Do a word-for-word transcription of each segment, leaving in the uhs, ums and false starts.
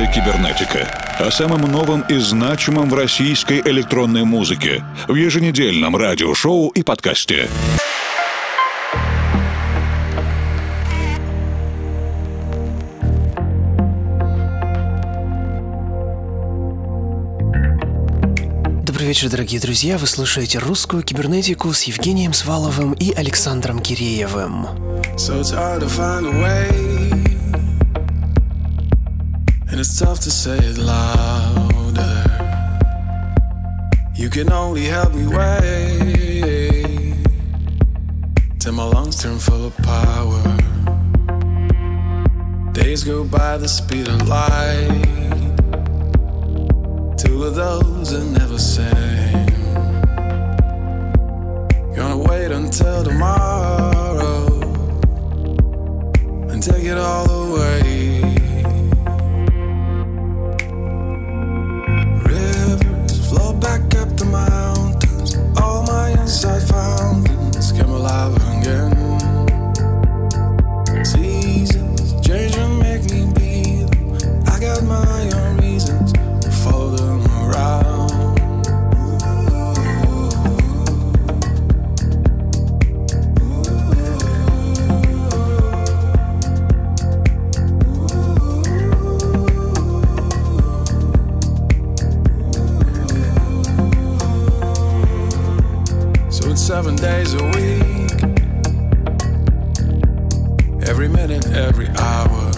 «Кибернетика» о самом новом и значимом в российской электронной музыке в еженедельном радиошоу и подкасте. Добрый вечер, дорогие друзья. Вы слушаете «Русскую кибернетику» с Евгением Сваловым и Александром Киреевым. So it's hard to find a way, and it's tough to say it louder. You can only help me wait till my lungs turn full of power. Days go by the speed of light. Two of those are never same. Gonna wait until tomorrow and take it all away. Rivers flow back up the mountains. All my inside fountains come alive again. Seasons change and make me be them. I got my own reasons to follow them around. Seven days a week, every minute, every hour.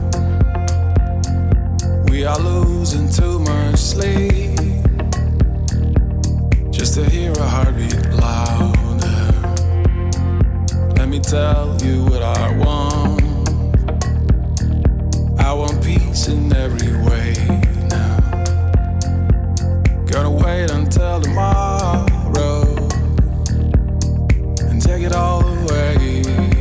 We are losing too much sleep just to hear a heartbeat louder. Let me tell you what I want. I want peace in every way now. Gonna wait until tomorrow. Take it all away.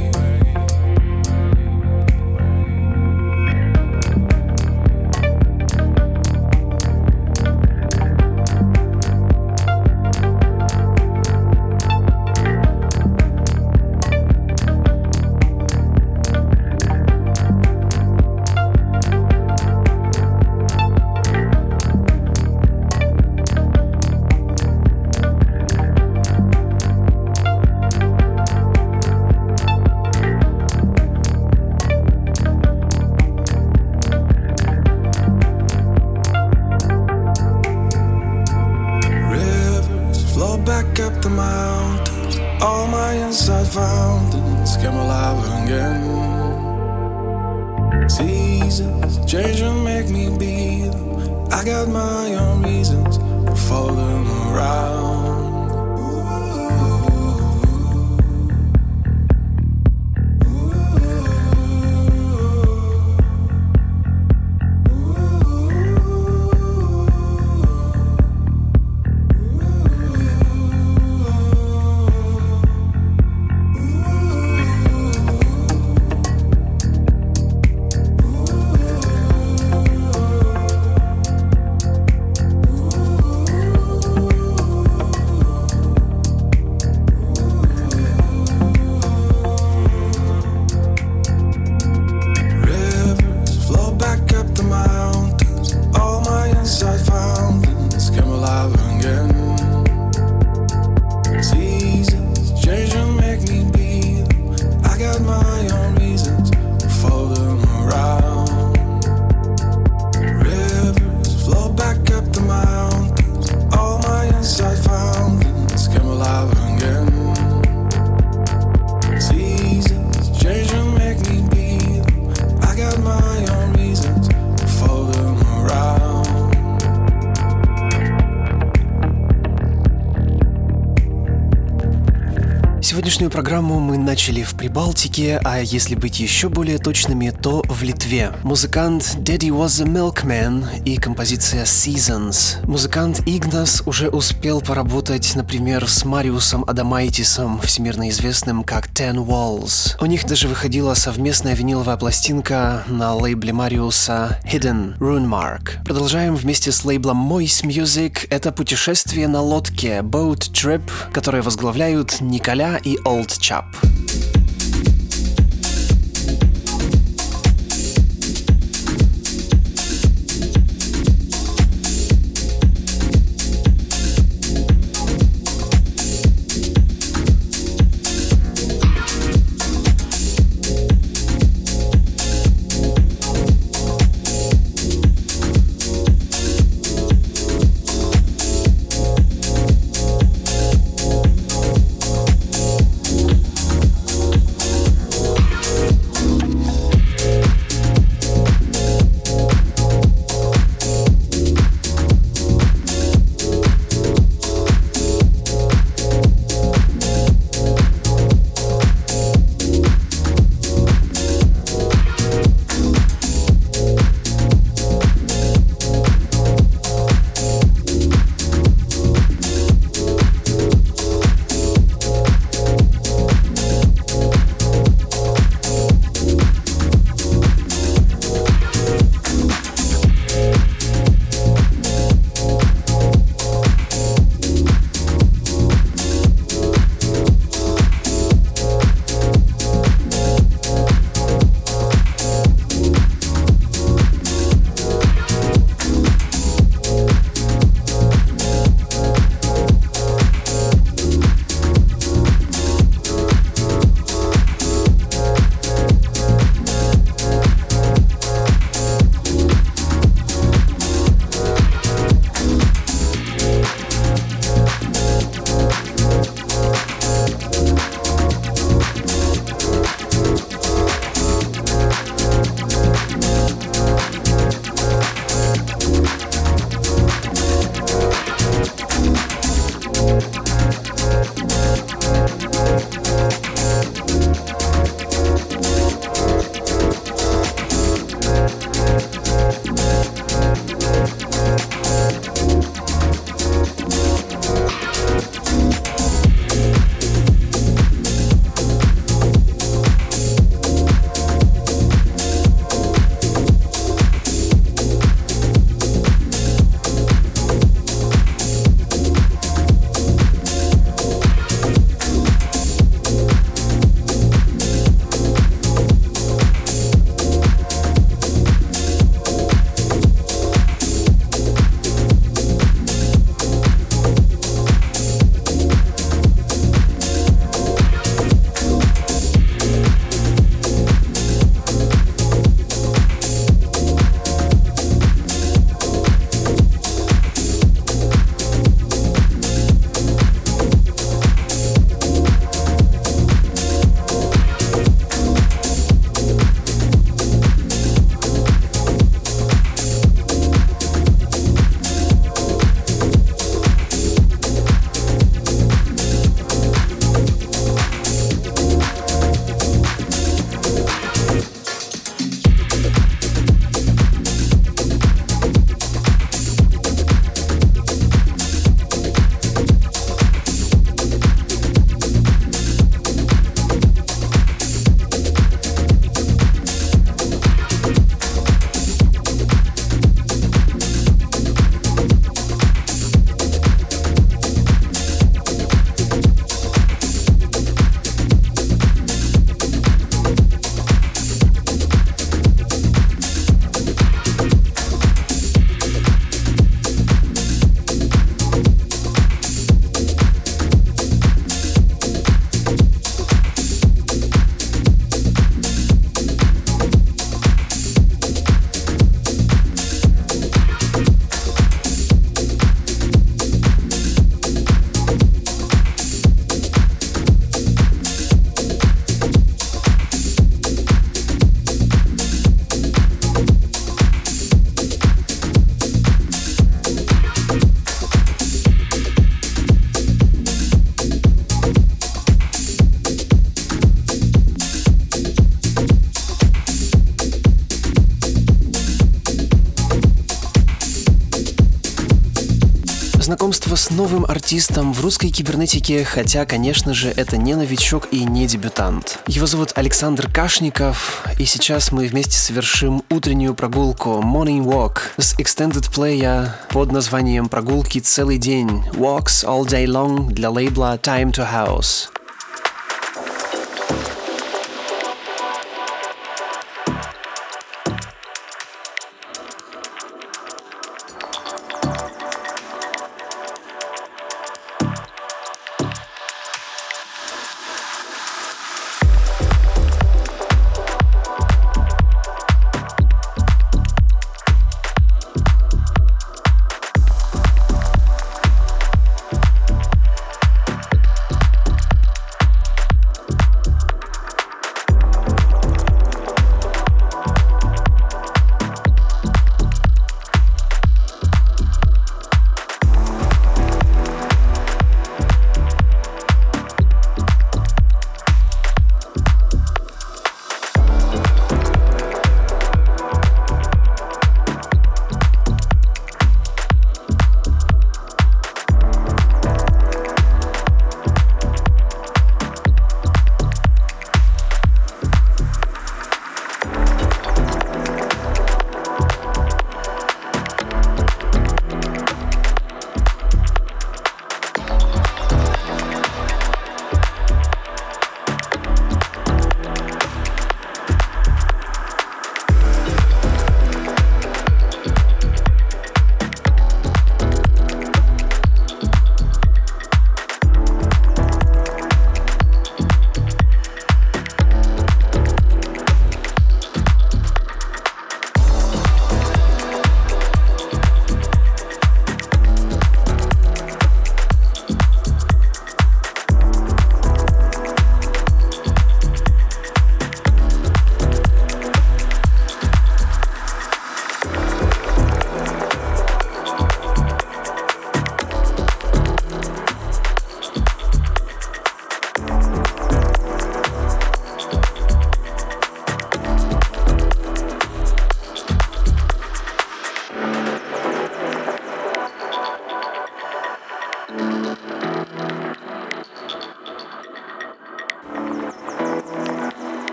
Сегодняшнюю программу мы начали в Прибалтике, а если быть еще более точными, то в Литве. Музыкант Daddy Was a Milkman и композиция Seasons. Музыкант Игнас уже успел поработать, например, с Мариусом Адамайтисом, всемирно известным как Ten Walls. У них даже выходила совместная виниловая пластинка на лейбле Мариуса Hidden Runemark. Продолжаем вместе с лейблом Moist Music. Это путешествие на лодке Boat Trip, которое возглавляют Николя и Old Chap. Знакомство с новым артистом в русской кибернетике, хотя, конечно же, это не новичок и не дебютант. Его зовут Александр Кашников, и сейчас мы вместе совершим утреннюю прогулку Morning Walk с Extended Play под названием «Прогулки целый день» Walks All Day Long для лейбла Time to House.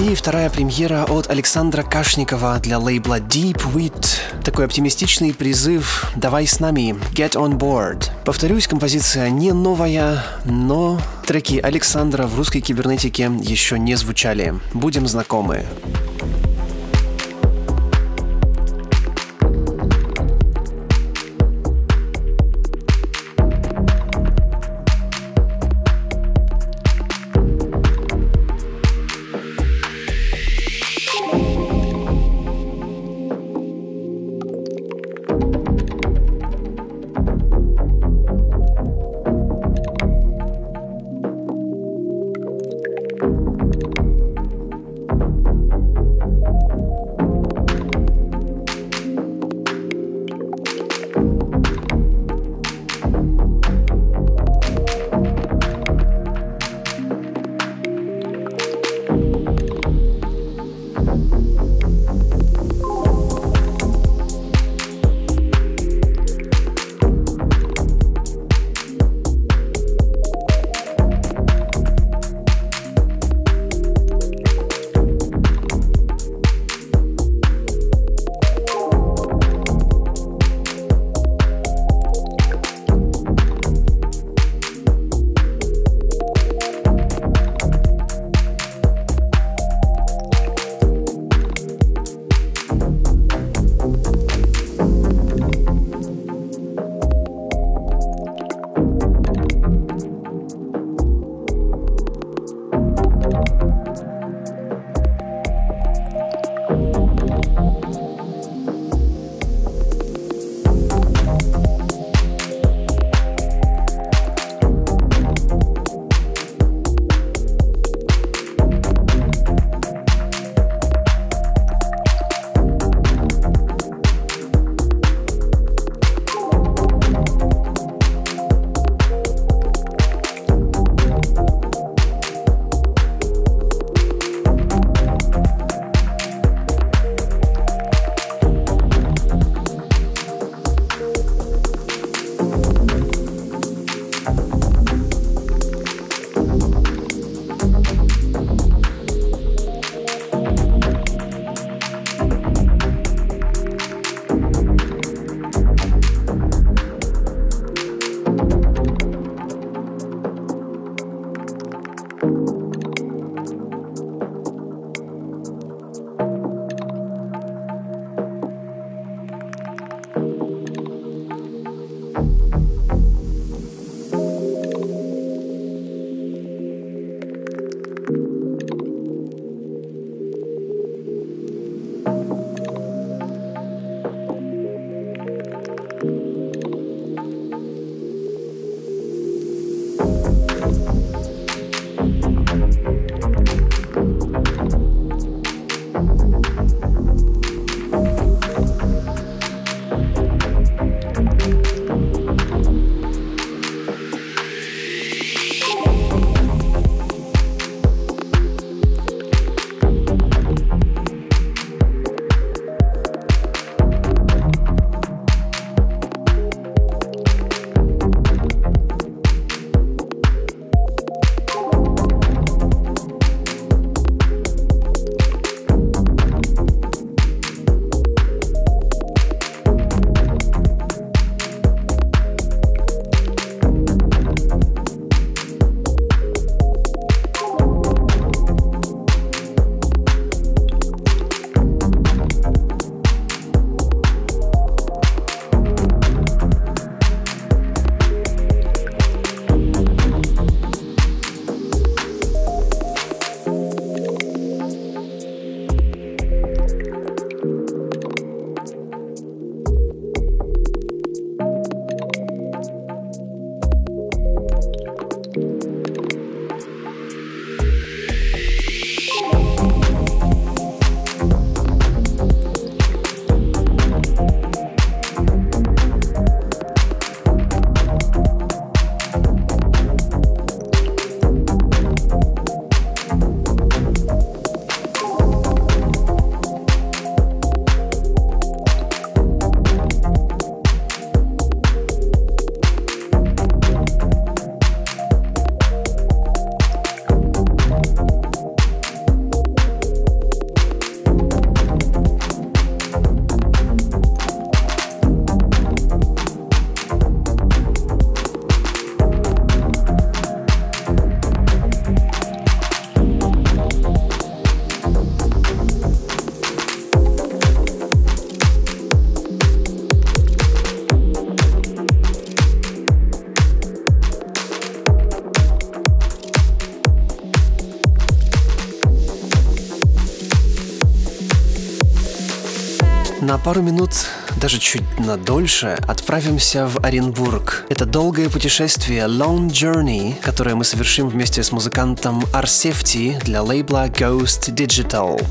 И вторая премьера от Александра Кашникова для лейбла Deep Wit. Такой оптимистичный призыв «Давай с нами, get on board». Повторюсь, композиция не новая, но треки Александра в русской кибернетике еще не звучали. Будем знакомы. на пару минут, даже чуть надольше, отправимся в Оренбург. Это долгое путешествие Long Journey, которое мы совершим вместе с музыкантом Арсефти для лейбла Ghost Digital.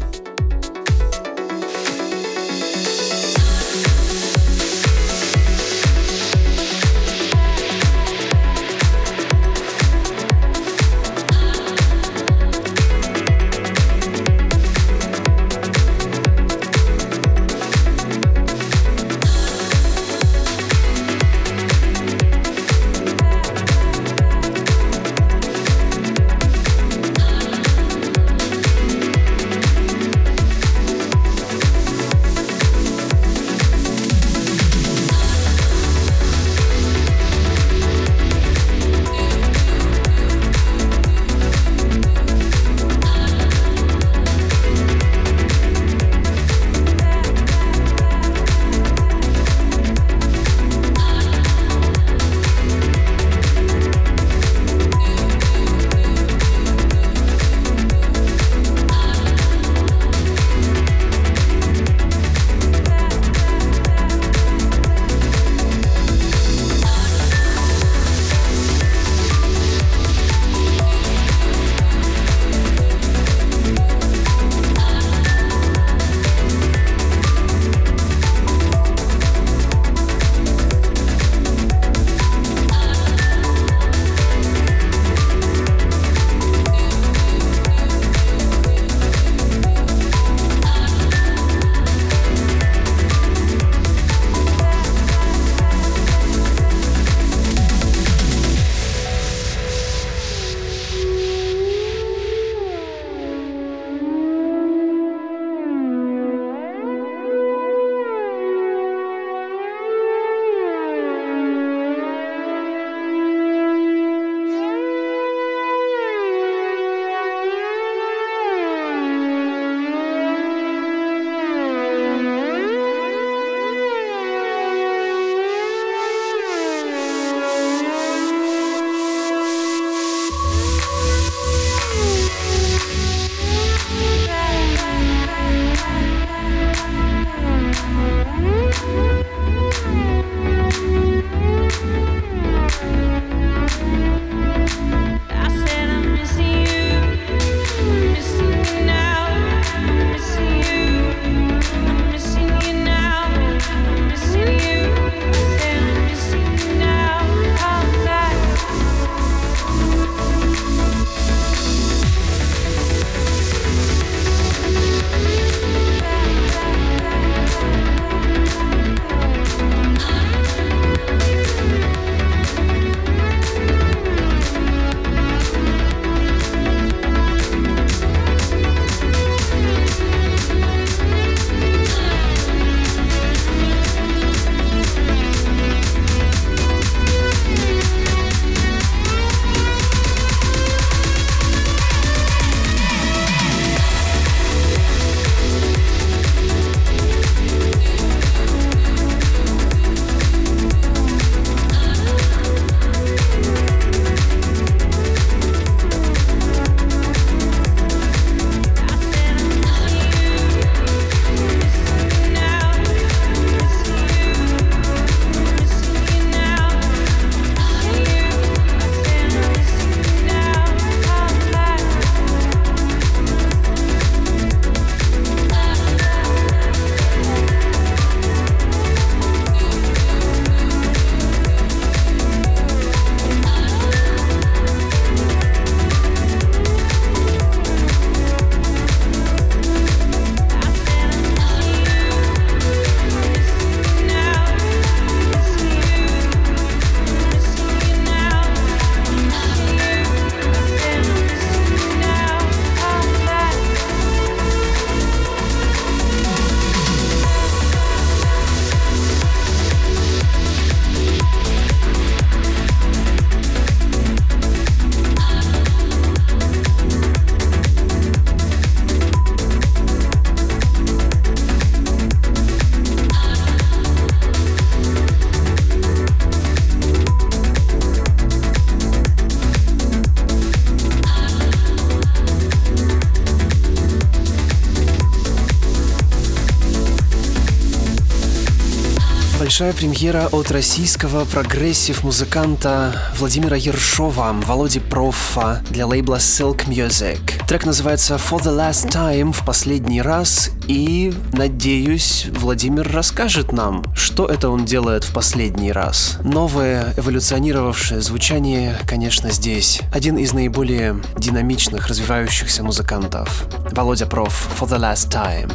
Большая премьера от российского прогрессив-музыканта Владимира Ершова, Володи Проффа для лейбла Silk Music. Трек называется For the Last Time, в последний раз, и, надеюсь, Владимир расскажет нам, что это он делает в последний раз. Новое, эволюционировавшее звучание, конечно, здесь. Один из наиболее динамичных, развивающихся музыкантов. Володя Проф, For the Last Time.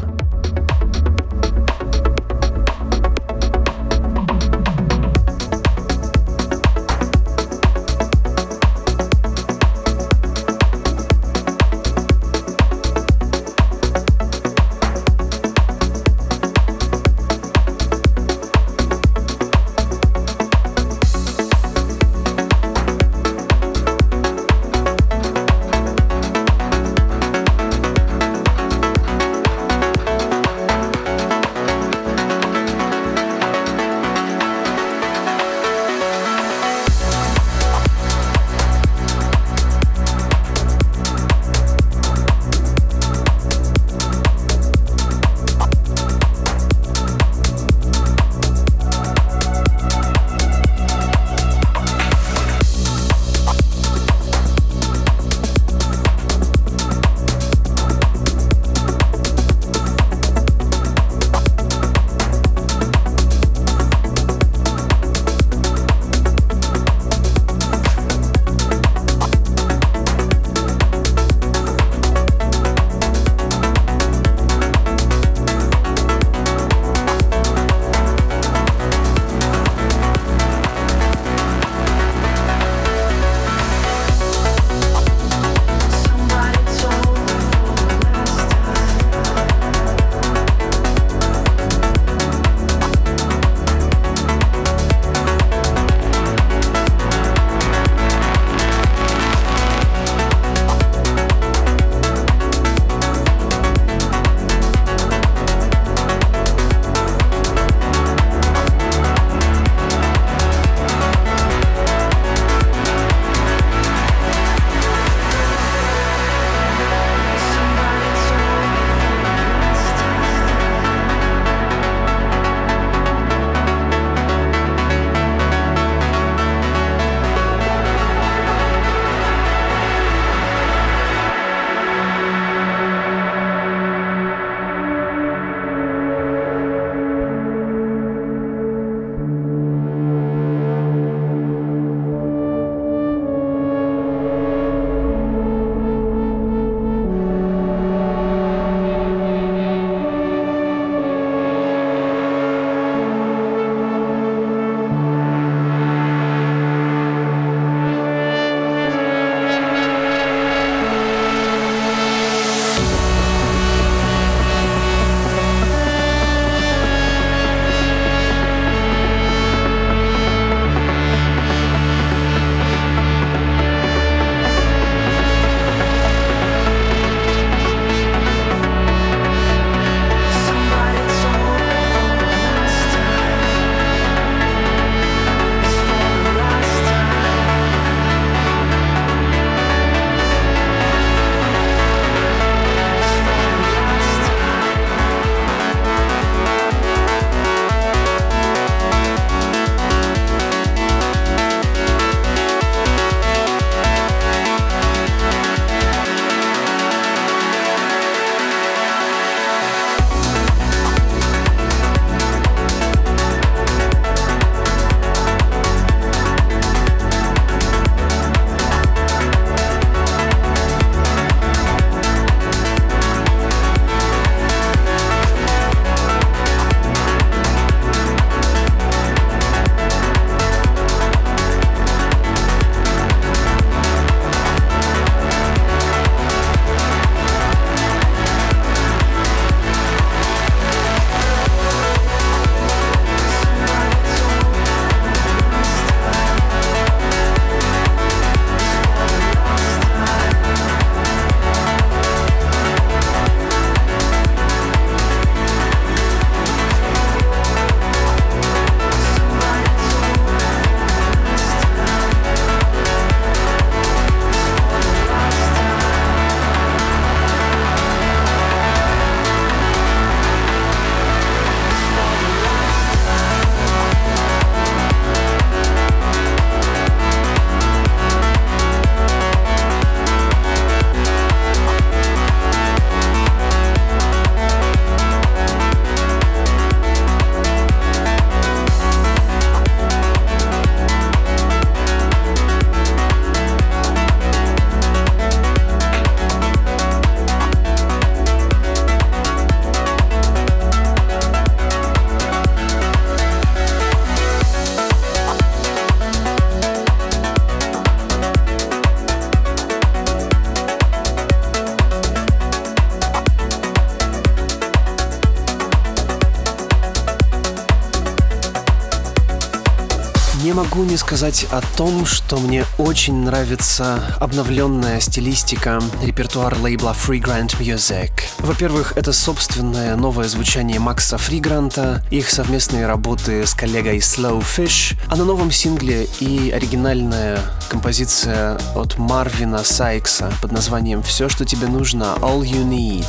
Не могу не сказать о том, что мне очень нравится обновленная стилистика, репертуар лейбла Freegrant Music. Во-первых, это собственное новое звучание Макса Фригранта, их совместные работы с коллегой Slow Fish, а на новом сингле и оригинальная композиция от Марвина Сайкса под названием «Все, что тебе нужно, All You Need».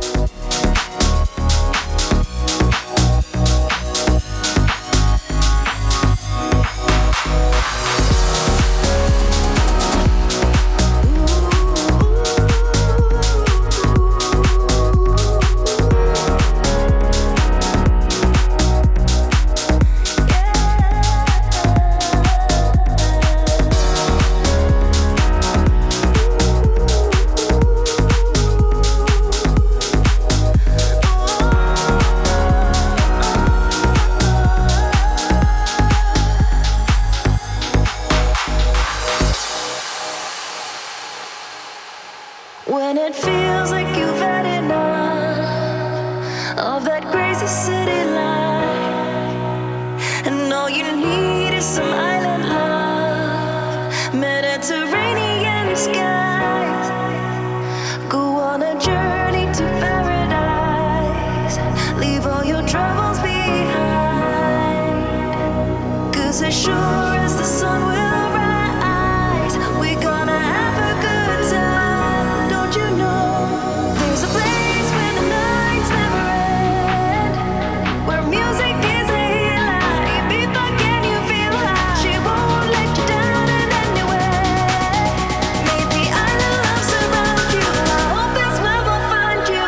When it feels like you've had enough of that crazy city life, and all you need is some island love, Mediterranean skies. Go on a journey to paradise, leave all your troubles behind, 'cause as sure as the sun will rise, we're gonna have a good time. You know, there's a place where the nights never end, where music is a healer. People, can you feel her? She won't let you down in any way. May the island love surround you. I hope that's where we'll find you.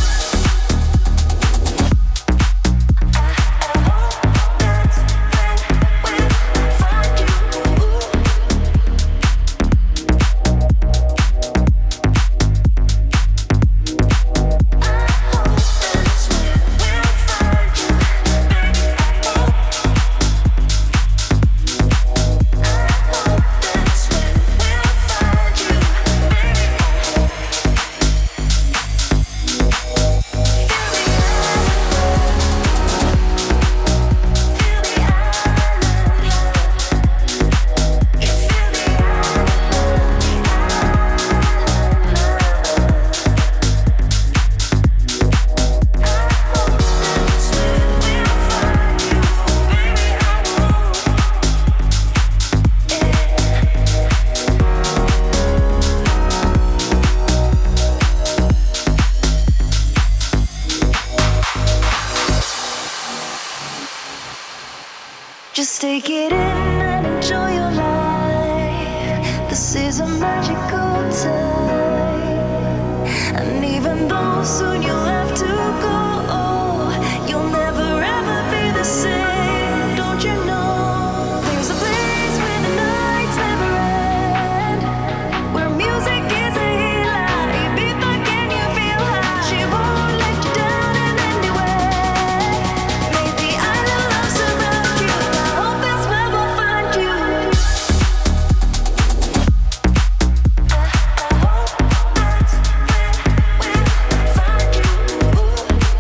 I, I hope that's when we'll find you. Just take it in and enjoy your life. This is a magical time, and even though soon you'll have to go, you'll never ever be the same. Don't you know? There's a place where the nights never end, where music is a healer. People, can you feel her? She won't let you down in any way. May the island love surround you. I hope that's where we'll find you. I, I hope that's where we'll find you. Ooh.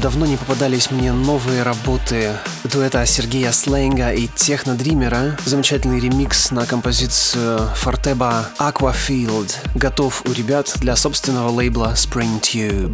давно не попадались мне новые работы дуэта Сергея Слейнга и Техно Дримера. Замечательный ремикс на композицию Фортеба Aquafield готов у ребят для собственного лейбла Spring Tube.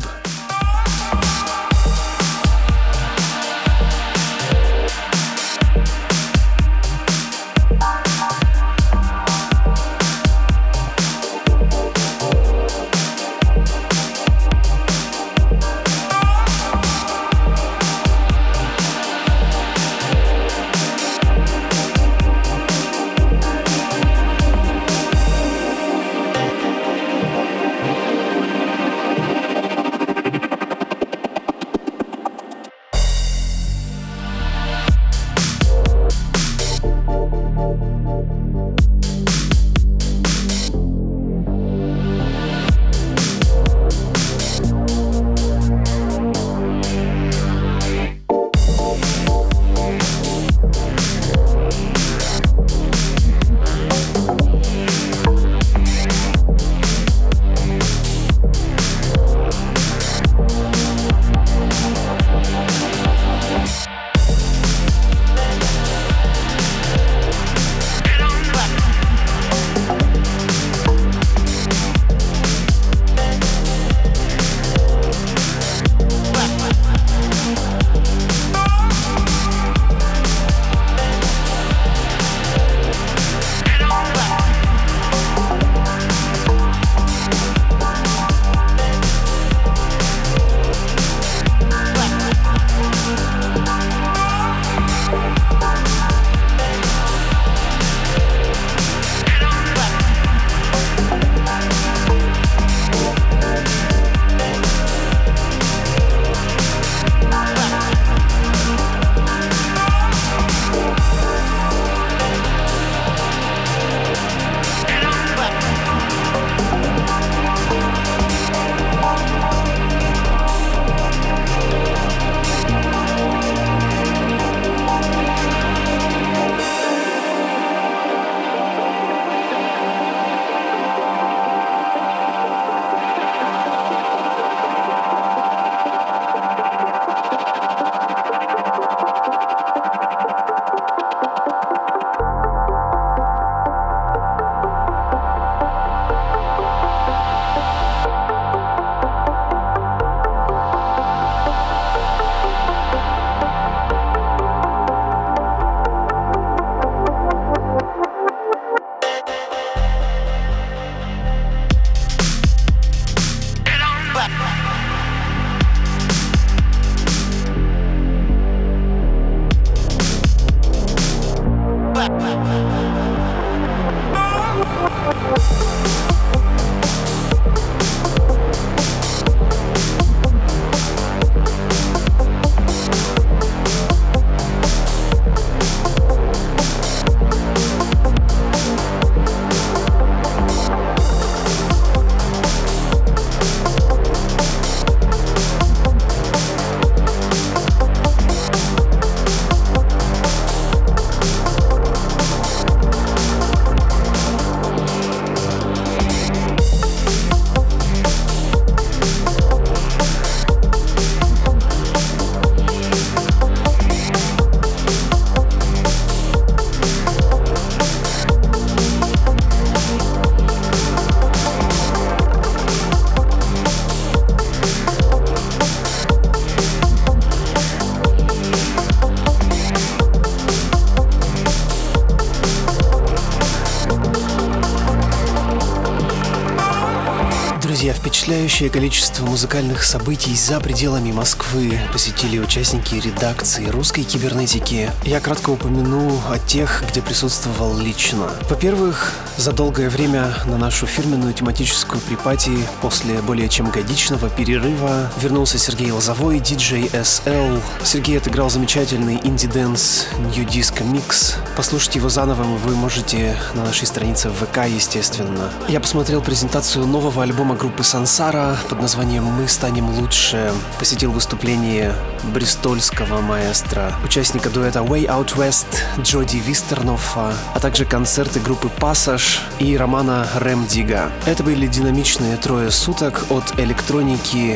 Впечатляющее количество музыкальных событий за пределами Москвы посетили участники редакции русской кибернетики. Я кратко упомяну о тех, где присутствовал лично. Во-первых, за долгое время на нашу фирменную тематическую припати после более чем годичного перерыва вернулся Сергей Лозовой, диджей эс эл. Сергей отыграл замечательный инди-дэнс New Disco Mix. Послушать его заново вы можете на нашей странице в вэ ка, естественно. Я посмотрел презентацию нового альбома группы Сансара под названием «Мы станем лучше». Посетил выступление бристольского маэстро, участника дуэта Way Out West Джоди Вистерноффа, а также концерты группы Passage и Романа Ремдига. Это были динамичные трое суток от электроники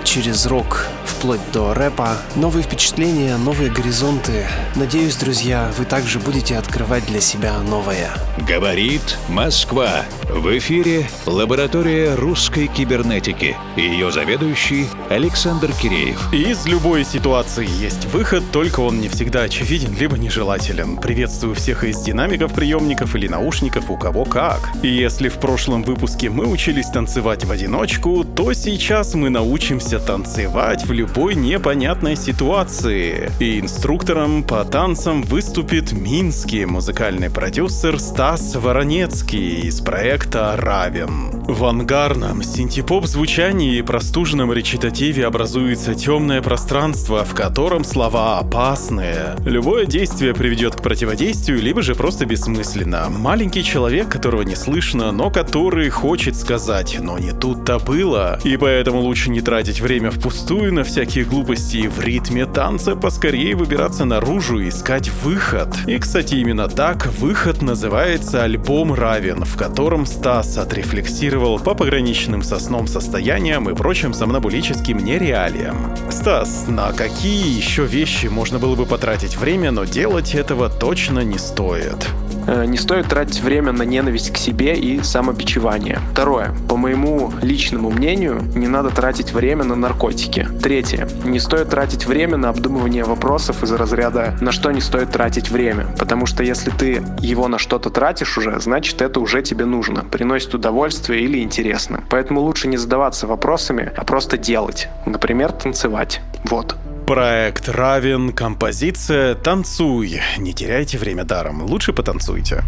через рок, вплоть до рэпа. Новые впечатления, новые горизонты. Надеюсь, друзья, вы также будете открывать для себя новое. Говорит Москва. В эфире лаборатория русской кибернетики. Ее заведующий Александр Киреев. Из любой ситуации есть выход, только он не всегда очевиден, либо нежелателен. Приветствую всех из динамиков, приемников или наушников, у кого как. И если в прошлом выпуске мы учились танцевать в одиночку, то сейчас мы научимся танцевать в любой непонятной ситуации. И инструктором по танцам выступит минский музыкальный продюсер Стас Воронецкий из проекта «Равен». В ангарном синтепоп звучании и простуженном речитативе образуется темное пространство, в котором слова опасные. Любое действие приведет к противодействию, либо же просто бессмысленно. Маленький человек, которого не слышно, но который хочет сказать «но не тут-то было». И поэтому лучше не тратить время впустую на всякие глупости и в ритме танца поскорее выбираться наружу и искать выход. И, кстати, именно так выход называется альбом «Равен», в котором Стас отрефлексировал по пограничным со сном состояниям и прочим сомнобулическим нереалиям. Стас, на какие еще вещи можно было бы потратить время, но делать этого точно не стоит? Не стоит тратить время на ненависть к себе и самобичевание. Второе. По моему личному мнению, не надо тратить время на наркотики. Третье. Не стоит тратить время на обдумывание вопросов из разряда «на что не стоит тратить время?». Потому что если ты его на что-то тратишь уже, значит это уже тебе нужно, приносит удовольствие или интересно. Поэтому лучше не задаваться вопросами, а просто делать. Например, танцевать. Вот. Проект «Равен», композиция «Танцуй». Не теряйте время даром, лучше потанцуйте.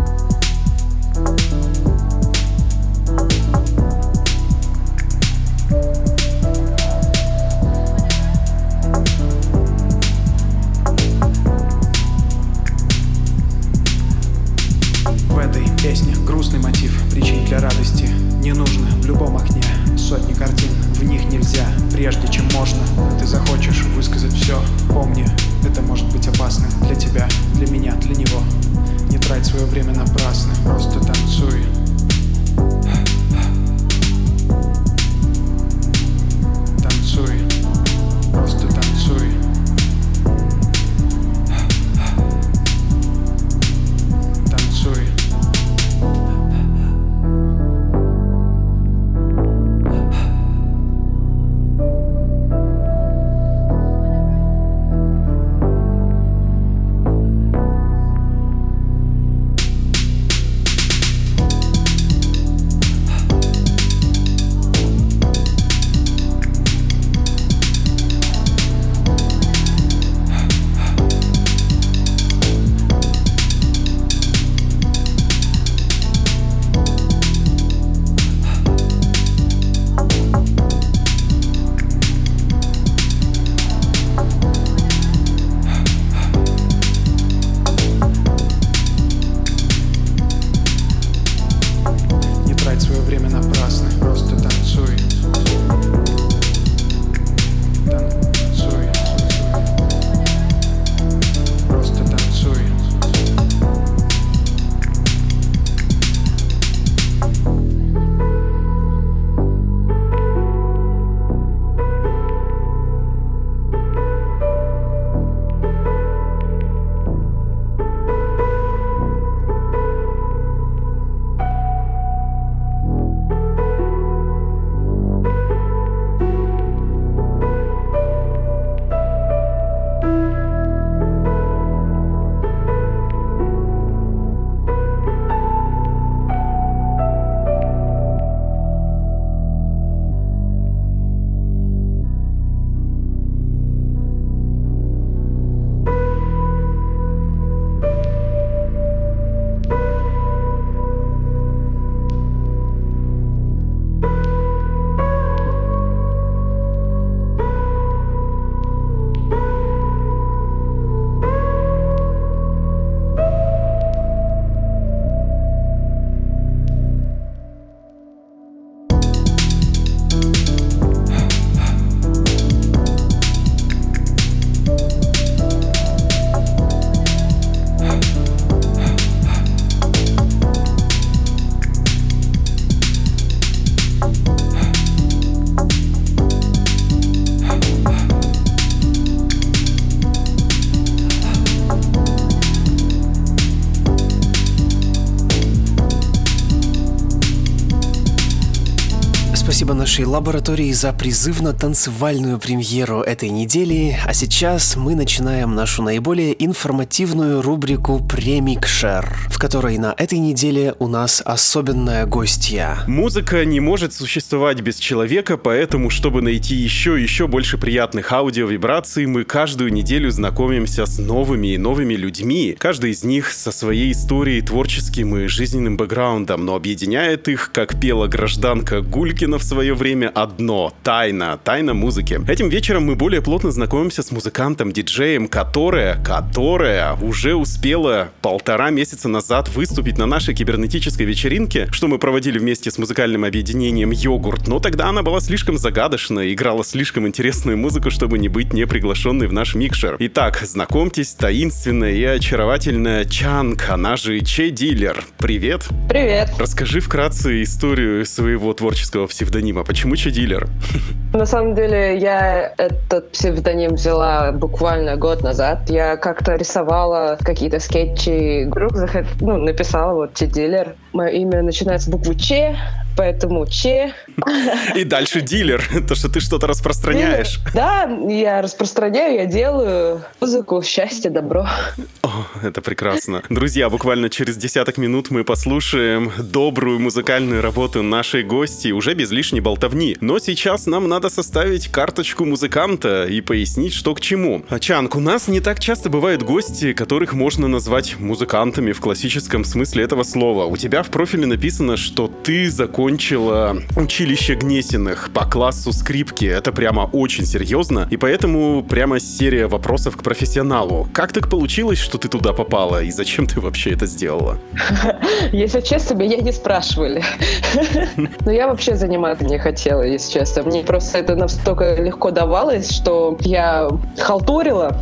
В этой песне грустный мотив, причин для радости не нужно в любом окне. Сотни картин, в них нельзя, прежде чем можно. Ты захочешь высказать все, помни, это может быть опасно для тебя, для меня, для него. Не трать свое время напрасно, просто танцуй. Танцуй, просто танцуй. Танцуй. спасибо нашей лаборатории за призывно-танцевальную премьеру этой недели. А сейчас мы начинаем нашу наиболее информативную рубрику «Премикшер», в которой на этой неделе у нас особенная гостья. Музыка не может существовать без человека, поэтому, чтобы найти еще и еще больше приятных аудиовибраций, мы каждую неделю знакомимся с новыми и новыми людьми. Каждый из них со своей историей, творческим и жизненным бэкграундом, но объединяет их, как пела гражданка Гулькина в свое время, одно — тайна, тайна музыки. Этим вечером мы более плотно знакомимся с музыкантом, диджеем, которая, которая уже успела полтора месяца назад выступить на нашей кибернетической вечеринке, что мы проводили вместе с музыкальным объединением «Йогурт», но тогда она была слишком загадочна, играла слишком интересную музыку, чтобы не быть не приглашенной в наш микшер. Итак, знакомьтесь, таинственная и очаровательная Чанг, она же Че Дилер. Привет! Привет! Расскажи вкратце историю своего творческого псевдонима. Почему Че Дилер? На самом деле, я этот псевдоним взяла буквально год назад. Я как-то рисовала какие-то скетчи, вдруг захот... ну, написала вот Че Дилер. Мое имя начинается с буквы Че, поэтому Че. И дальше дилер, то, что ты что-то распространяешь. Да, я распространяю, я делаю музыку, счастье, добро. О, это прекрасно. Друзья, буквально через десяток минут мы послушаем добрую музыкальную работу нашей гости, уже без лишней болтовни. Но сейчас нам надо составить карточку музыканта и пояснить, что к чему. Чанг, у нас не так часто бывают гости, которых можно назвать музыкантами в классическом смысле этого слова. У тебя в профиле написано, что ты закончила училище Гнесиных по классу скрипки. Это прямо очень серьезно, и поэтому прямо серия вопросов к профессионалу. Как так получилось, что ты туда попала, и зачем ты вообще это сделала? Если честно, меня не спрашивали. Но я вообще заниматься не хотела, если честно. Мне просто это настолько легко давалось, что я халтурила.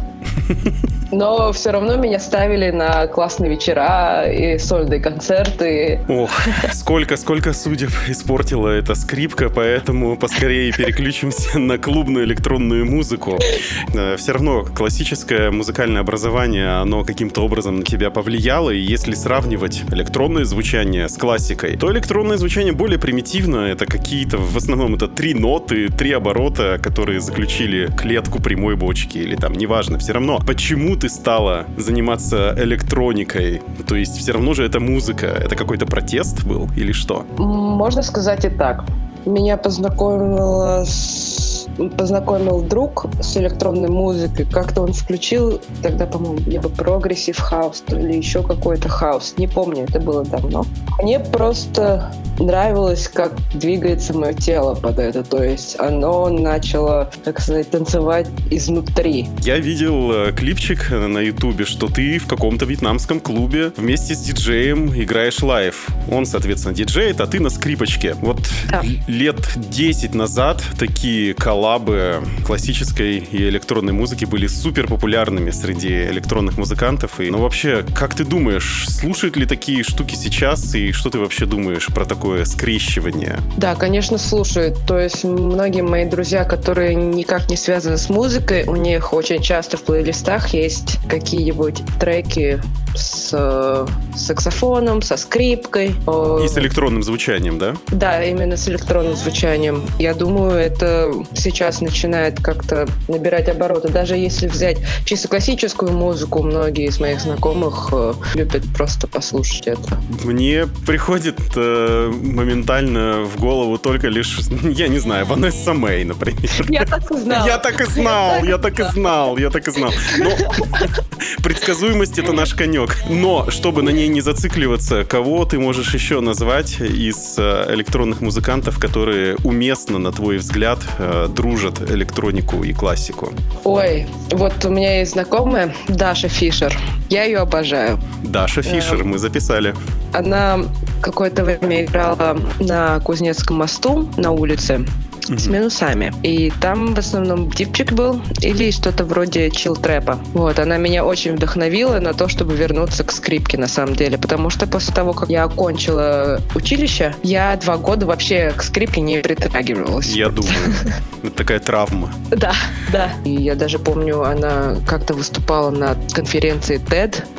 Но все равно меня ставили на классные вечера и сольные концерты. Ох, сколько-сколько судеб испортила эта скрипка, поэтому поскорее переключимся на клубную электронную музыку. Все равно классическое музыкальное образование, оно каким-то образом на тебя повлияло, и если сравнивать электронное звучание с классикой, то электронное звучание более примитивно. Это какие-то, в основном, это три ноты, три оборота, которые заключили клетку прямой бочки, или там, неважно, все равно. Почему ты стала заниматься электроникой? То есть все равно же это музыка. Это какой-то протест был или что? Можно сказать и так. Меня познакомила с... познакомил друг с электронной музыкой. Как-то он включил тогда, по-моему, либо прогрессив хаус, или еще какой-то хаус. Не помню, это было давно. Мне просто нравилось, как двигается мое тело под это. То есть оно начало, так сказать, танцевать изнутри. Я видел клипчик на ютубе, что ты в каком-то вьетнамском клубе вместе с диджеем играешь лайв. Он, соответственно, диджеет, а ты на скрипочке. Вот да. Лет десять назад такие коллабы классической и электронной музыки были супер популярными среди электронных музыкантов. И, ну, вообще, как ты думаешь, слушают ли такие штуки сейчас, и что ты вообще думаешь про такое скрещивание? Да, конечно, слушают. То есть многие мои друзья, которые никак не связаны с музыкой, у них очень часто в плейлистах есть какие-нибудь треки с э, саксофоном, со скрипкой. И с электронным звучанием, да? Да, именно с электронным звучанием. Я думаю, это сейчас начинает как-то набирать обороты. Даже если взять чисто классическую музыку, многие из моих знакомых э, любят просто послушать это. Мне приходит э, моментально в голову только лишь, я не знаю, Ванесса Мэй, например. Я так и знал. Я так и знал, я так и знал, я так и знал. Но предсказуемость — это наш конек. Но, чтобы на ней не зацикливаться, кого ты можешь еще назвать из электронных музыкантов, которые уместно, на твой взгляд, дружат электронику и классику? Ой, вот у меня есть знакомая Даша Фишер. Я ее обожаю. Даша Фишер, мы записали. Она какое-то время играла на Кузнецком мосту на улице. Mm-hmm. С минусами. И там в основном дипчик был или что-то вроде чил-трэпа. Вот, она меня очень вдохновила на то, чтобы вернуться к скрипке на самом деле, потому что после того, как я окончила училище, я два года вообще к скрипке не притрагивалась. Я думаю, это такая травма. Да, да. И я даже помню, она как-то выступала на конференции тед,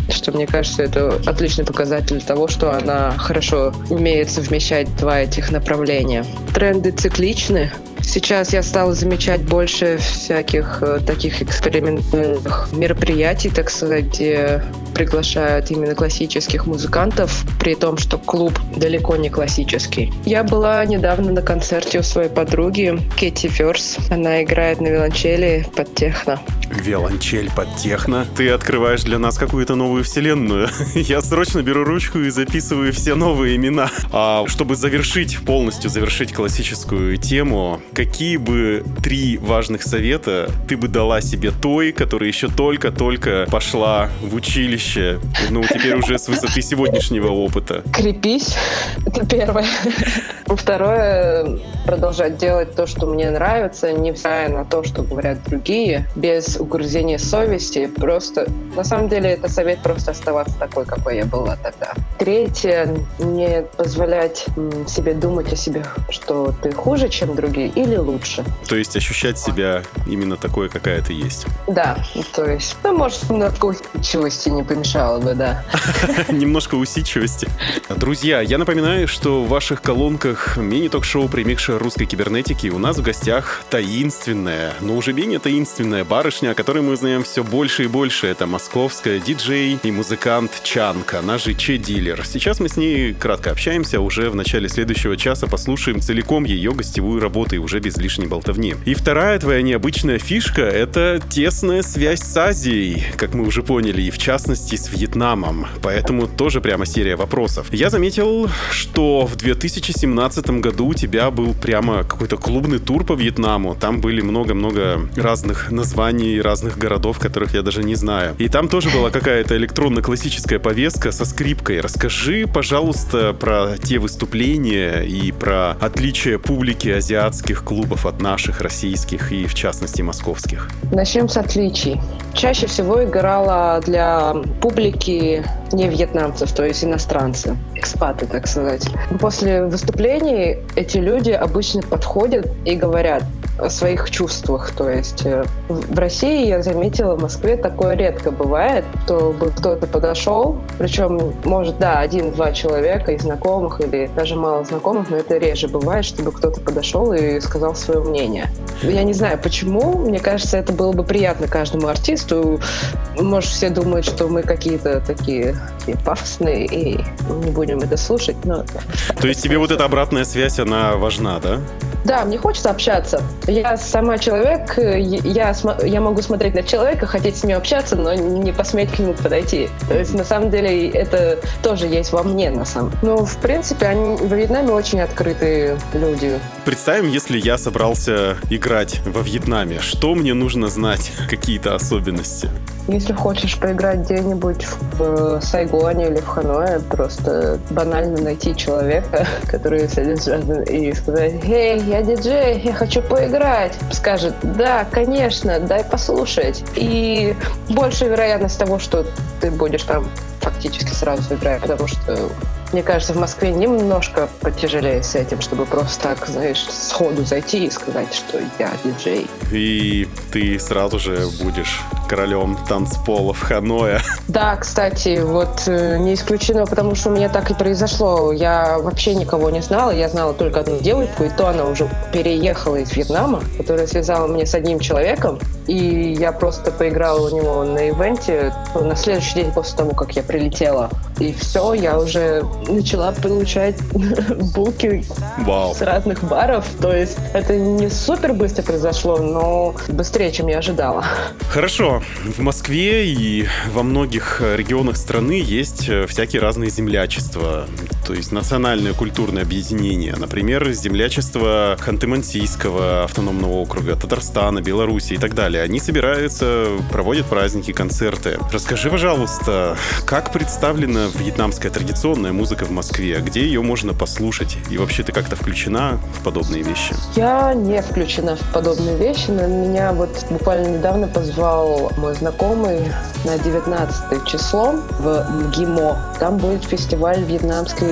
что мне кажется, это отличный показатель того, что она хорошо умеет совмещать два этих направления. Тренды цикличны. Сейчас я стала замечать больше всяких э, таких экспериментальных мероприятий, так сказать, где приглашают именно классических музыкантов, при том, что клуб далеко не классический. Я была недавно на концерте у своей подруги Кэти Фёрс. Она играет на виолончели под техно. Виолончель под техно. Ты открываешь для нас какую-то новую вселенную. Я срочно беру ручку и записываю все новые имена. А чтобы завершить, полностью завершить классическую тему, какие бы три важных совета ты бы дала себе той, которая еще только-только пошла в училище, ну, теперь уже с высоты сегодняшнего опыта? Крепись. Это первое. Второе, продолжать делать то, что мне нравится, невзирая на то, что говорят другие, без угрызения совести. Просто, на самом деле, это совет просто оставаться такой, какой я была тогда. Третье, не позволять м, себе думать о себе, что ты хуже, чем другие, или лучше. То есть ощущать себя именно такой, какая ты есть. Да, то есть, ну, может, немножко усидчивости не помешало бы, да. Немножко усидчивости. Друзья, я напоминаю, что в ваших колонках мини-ток-шоу «Примикша русской кибернетики» у нас в гостях таинственная, но уже менее таинственная барышня, о которой мы узнаем все больше и больше. Это московская диджей и музыкант Чанка, она же Че-дилер. Сейчас мы с ней кратко общаемся, уже в начале следующего часа послушаем целиком ее гостевую работу и уже без лишней болтовни. И вторая твоя необычная фишка — это тесная связь с Азией, как мы уже поняли, и в частности с Вьетнамом. Поэтому тоже прямо серия вопросов. Я заметил, что в две тысячи семнадцатом году у тебя был прямо какой-то клубный тур по Вьетнаму. Там были много-много разных названий, разных городов, которых я даже не знаю. И там тоже была какая-то электронно-классическая повестка со скрипкой. Расскажи, пожалуйста, про те выступления и про отличия публики азиатских клубов от наших, российских и, в частности, московских. Начнем с отличий. Чаще всего играла для публики не вьетнамцев, то есть иностранцы, экспаты, так сказать. После выступлений эти люди обычно подходят и говорят о своих чувствах. То есть в России, я заметила, в Москве такое редко бывает, чтобы кто-то подошел, причем, может, да, один-два человека из знакомых или даже мало знакомых, но это реже бывает, чтобы кто-то подошел и сказал свое мнение. Я не знаю, почему. Мне кажется, это было бы приятно каждому артисту. Может, все думают, что мы какие-то такие, такие пафосные и не будем это слушать, но... То есть тебе вот эта обратная связь, она важна, да? Да, мне хочется общаться. Я сама человек, я, я могу смотреть на человека, хотеть с ним общаться, но не посметь к нему подойти. То есть, на самом деле, это тоже есть во мне, на самом деле. Ну, в принципе, они во Вьетнаме очень открытые люди. Представим, если я собрался играть во Вьетнаме. Что мне нужно знать? Какие-то особенности? Если хочешь поиграть где-нибудь в Сайгоне или в Ханое, просто банально найти человека, который сидит рядом, и сказать: «Эй, я диджей, я хочу поиграть». Скажет: «Да, конечно, дай послушать». И большая вероятность того, что ты будешь там фактически сразу играть, потому что, мне кажется, в Москве немножко потяжелее с этим, чтобы просто так, знаешь, сходу зайти и сказать, что я диджей. И ты сразу же будешь королем танцполов Ханоя. Да, кстати, вот э, не исключено, потому что у меня так и произошло. Я вообще никого не знала, я знала только одну девушку, и то она уже переехала из Вьетнама, которая связала меня с одним человеком, и я просто поиграла у него на ивенте на следующий день после того, как я прилетела. И все, я уже начала получать буки Вау. с разных баров. То есть это не супер быстро произошло, но быстрее, чем я ожидала. Хорошо. В Москве и во многих регионах страны есть всякие разные землячества, то есть национальное культурное объединение. Например, землячество Ханты-Мансийского автономного округа, Татарстана, Беларуси и так далее. Они собираются, проводят праздники, концерты. Расскажи, пожалуйста, как представлена вьетнамская традиционная музыка в Москве? Где ее можно послушать? И вообще ты как-то включена в подобные вещи? Я не включена в подобные вещи, но меня вот буквально недавно позвал мой знакомый на девятнадцатое число в МГИМО. Там будет фестиваль вьетнамской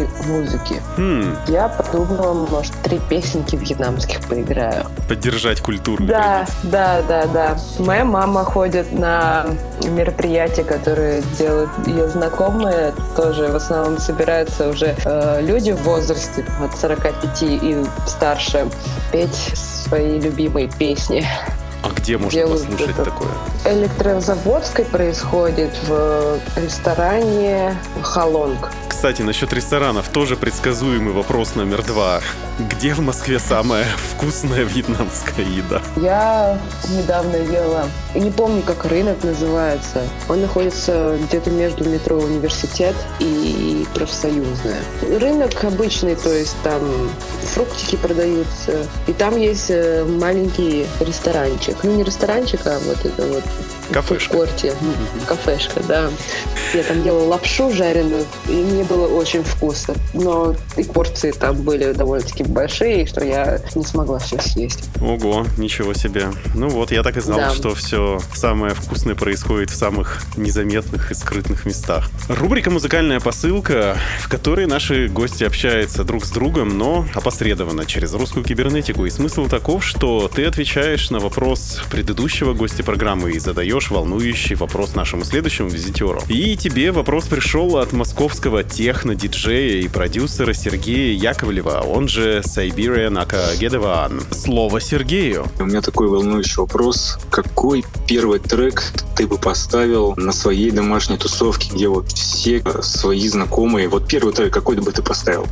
русской музыки. Хм. Я подумала, может, три песенки вьетнамских поиграю. Поддержать культуру. Да, да, да, да. Моя мама ходит на мероприятия, которые делают ее знакомые. Тоже в основном собираются уже э, люди в возрасте от сорока пяти и старше петь свои любимые песни. А где можно Делают послушать это. такое? Электрозаводской происходит в ресторане «Халонг». Кстати, насчет ресторанов тоже предсказуемый вопрос номер два. Где в Москве самая вкусная вьетнамская еда? Я недавно ела, не помню, как рынок называется. Он находится где-то между метро «Университет» и «Профсоюзная». Рынок обычный, то есть там фруктики продаются. И там есть маленький ресторанчик. Ну, не ресторанчик, а вот это вот Кафешка. фудкорте. Кафешка, да. Я там делала лапшу жареную, и мне было очень вкусно. Но и порции там были довольно-таки большие, что я не смогла все съесть. Ого, ничего себе. Ну вот, я так и знал, Да. что все самое вкусное происходит в самых незаметных и скрытных местах. Рубрика «Музыкальная посылка», в которой наши гости общаются друг с другом, но опосредованно через русскую кибернетику. И смысл таков, что ты отвечаешь на вопрос предыдущего гостя программы и задаешь волнующий вопрос нашему следующему визитеру. И тебе вопрос пришел от московского техно-диджея и продюсера Сергея Яковлева, он же Siberian aka Gedevan. Слово Сергею. У меня такой волнующий вопрос. Какой первый трек ты бы поставил на своей домашней тусовке, где вот все свои знакомые? Вот первый трек какой бы ты поставил?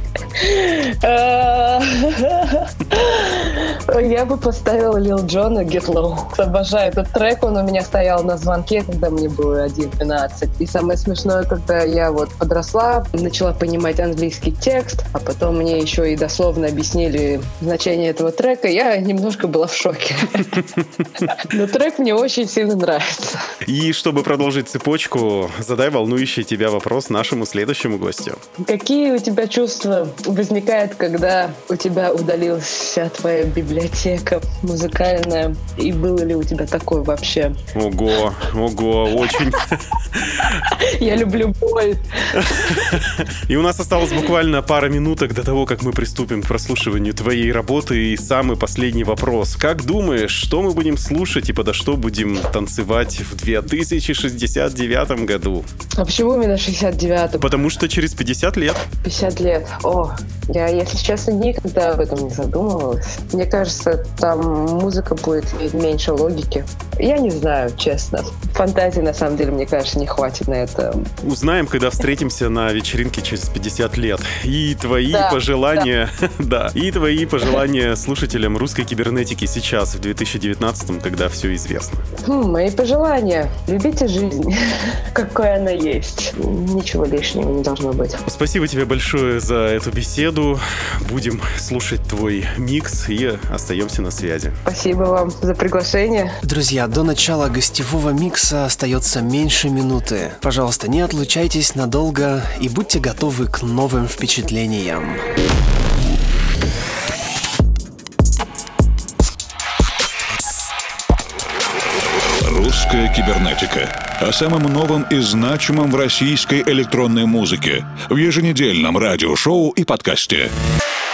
Я бы поставила Лил Джона «Get Low». Обожаю этот трек, он у меня стоял на звонке, когда мне было один-двенадцать. И самое смешное, когда я вот подросла, начала понимать английский текст, а потом мне еще и дословно объяснили значение этого трека, я немножко была в шоке. Но трек мне очень сильно нравится. И чтобы продолжить цепочку, задай волнующий тебя вопрос нашему следующему гостю. Какие у тебя чувства возникают, когда у тебя удалилась вся твоя библиотека музыкальная? И было ли у тебя такое вообще? Ого, ого, очень. Я люблю боль. И у нас осталось буквально пара минуток до того, как мы приступим к прослушиванию твоей работы. И самый последний вопрос. Как думаешь, что мы будем слушать и подо что будем танцевать в две тысячи шестьдесят девятом году? А почему именно шестьдесят девятом? Потому что через пятьдесят лет. пятьдесят лет. О, я, если честно, никогда об этом не задумывалась. Мне кажется, там музыка будет иметь меньше логики. Я не знаю, честно. Фантазии, на самом деле, мне кажется, не хватит на это. Узнаем, когда встретимся на вечеринке через пятьдесят лет. И твои Да, пожелания... Да. И твои пожелания слушателям русской кибернетики сейчас, в две тысячи девятнадцатом, когда все известно. Хм, мои пожелания. Любите жизнь, какой она есть. Ничего лишнего не должно быть. Спасибо тебе большое за эту беседу. Будем слушать твой микс и остаемся на связи. Спасибо вам за приглашение. Друзья, до начала гостевого микса остается меньше минуты. Пожалуйста, не отлучайтесь надолго и будьте готовы к новым впечатлениям. Русская кибернетика. О самом новом и значимом в российской электронной музыке. В еженедельном радиошоу и подкасте.